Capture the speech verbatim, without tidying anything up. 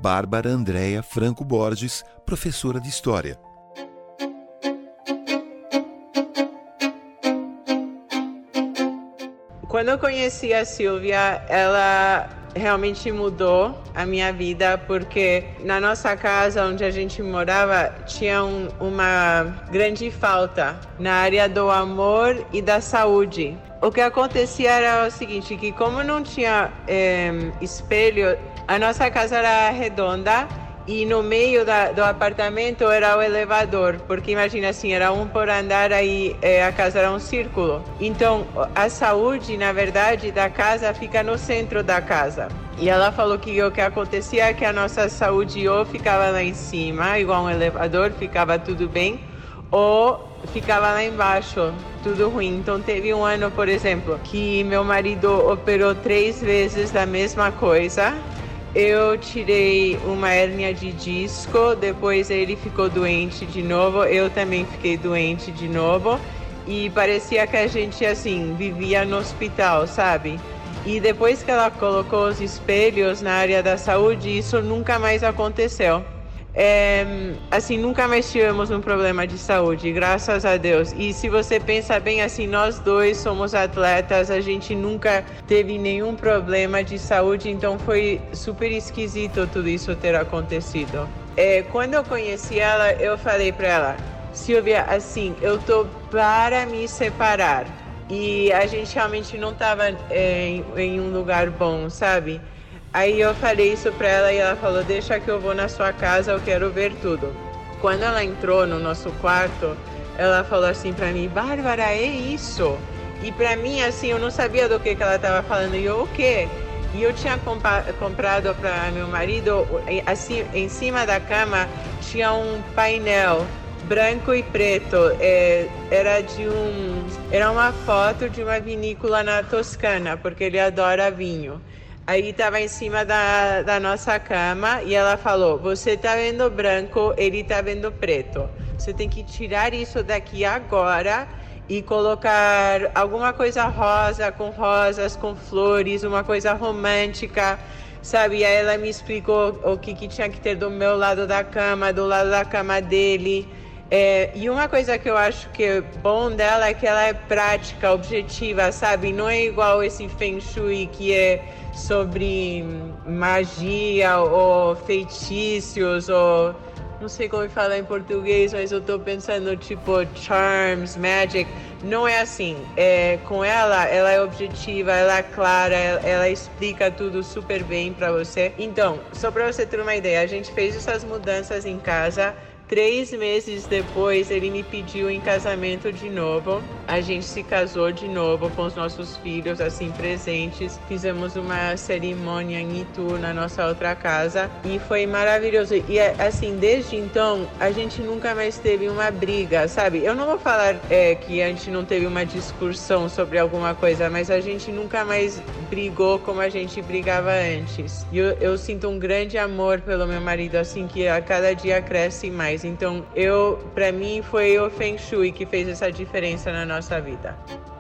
Bárbara Andréa Franco Borges, professora de História. Quando eu conheci a Silvia, ela realmente mudou a minha vida, porque na nossa casa onde a gente morava tinha um, uma grande falta na área do amor e da saúde. O que acontecia era o seguinte, que como não tinha é, espelho, a nossa casa era redonda e no meio da, do apartamento era o elevador, porque imagina assim, era um por andar, aí é, a casa era um círculo. Então a saúde, na verdade, da casa fica no centro da casa. E ela falou que o que acontecia é que a nossa saúde ou ficava lá em cima, igual um elevador, ficava tudo bem, ou ficava lá embaixo, tudo ruim. Então teve um ano, por exemplo, que meu marido operou três vezes da mesma coisa. Eu tirei uma hérnia de disco, depois ele ficou doente de novo, eu também fiquei doente de novo e parecia que a gente, assim, vivia no hospital, sabe? E depois que ela colocou os espelhos na área da saúde, isso nunca mais aconteceu. É, assim, nunca mais tivemos um problema de saúde, graças a Deus. E se você pensa bem, assim, nós dois somos atletas, a gente nunca teve nenhum problema de saúde, então foi super esquisito tudo isso ter acontecido. É, quando eu conheci ela, eu falei pra ela, Silvia, assim, eu tô para me separar. E a gente realmente não tava é, em, em um lugar bom, sabe? Aí eu falei isso pra ela e ela falou, deixa que eu vou na sua casa, eu quero ver tudo. Quando ela entrou no nosso quarto, ela falou assim pra mim, Bárbara, é isso? E pra mim, assim, eu não sabia do que, que ela tava falando. E eu, o quê? E eu tinha compa- comprado pra meu marido, assim, em cima da cama, tinha um painel branco e preto. É, era de um... Era uma foto de uma vinícola na Toscana, porque ele adora vinho. Aí estava em cima da, da nossa cama e ela falou, você tá vendo branco, ele tá vendo preto. Você tem que tirar isso daqui agora e colocar alguma coisa rosa, com rosas, com flores, uma coisa romântica, sabe? E aí ela me explicou o que, que tinha que ter do meu lado da cama, do lado da cama dele. É, e uma coisa que eu acho que é bom dela é que ela é prática, objetiva, sabe? Não é igual esse Feng Shui que é sobre magia ou feitiços ou não sei como falar em português, mas eu tô pensando tipo charms, magic. Não é assim. É, com ela, ela é objetiva, ela é clara, ela, ela explica tudo super bem pra você. Então, só pra você ter uma ideia, a gente fez essas mudanças em casa. Três meses depois, ele me pediu em casamento de novo. A gente se casou de novo com os nossos filhos, assim, presentes. Fizemos uma cerimônia em Itu, na nossa outra casa. E foi maravilhoso. E, assim, desde então, a gente nunca mais teve uma briga, sabe? Eu não vou falar é, que a gente não teve uma discussão sobre alguma coisa, mas a gente nunca mais brigou como a gente brigava antes. E eu, eu sinto um grande amor pelo meu marido, assim, que a cada dia cresce mais. Então, eu, pra mim, foi o Feng Shui que fez essa diferença na nossa vida.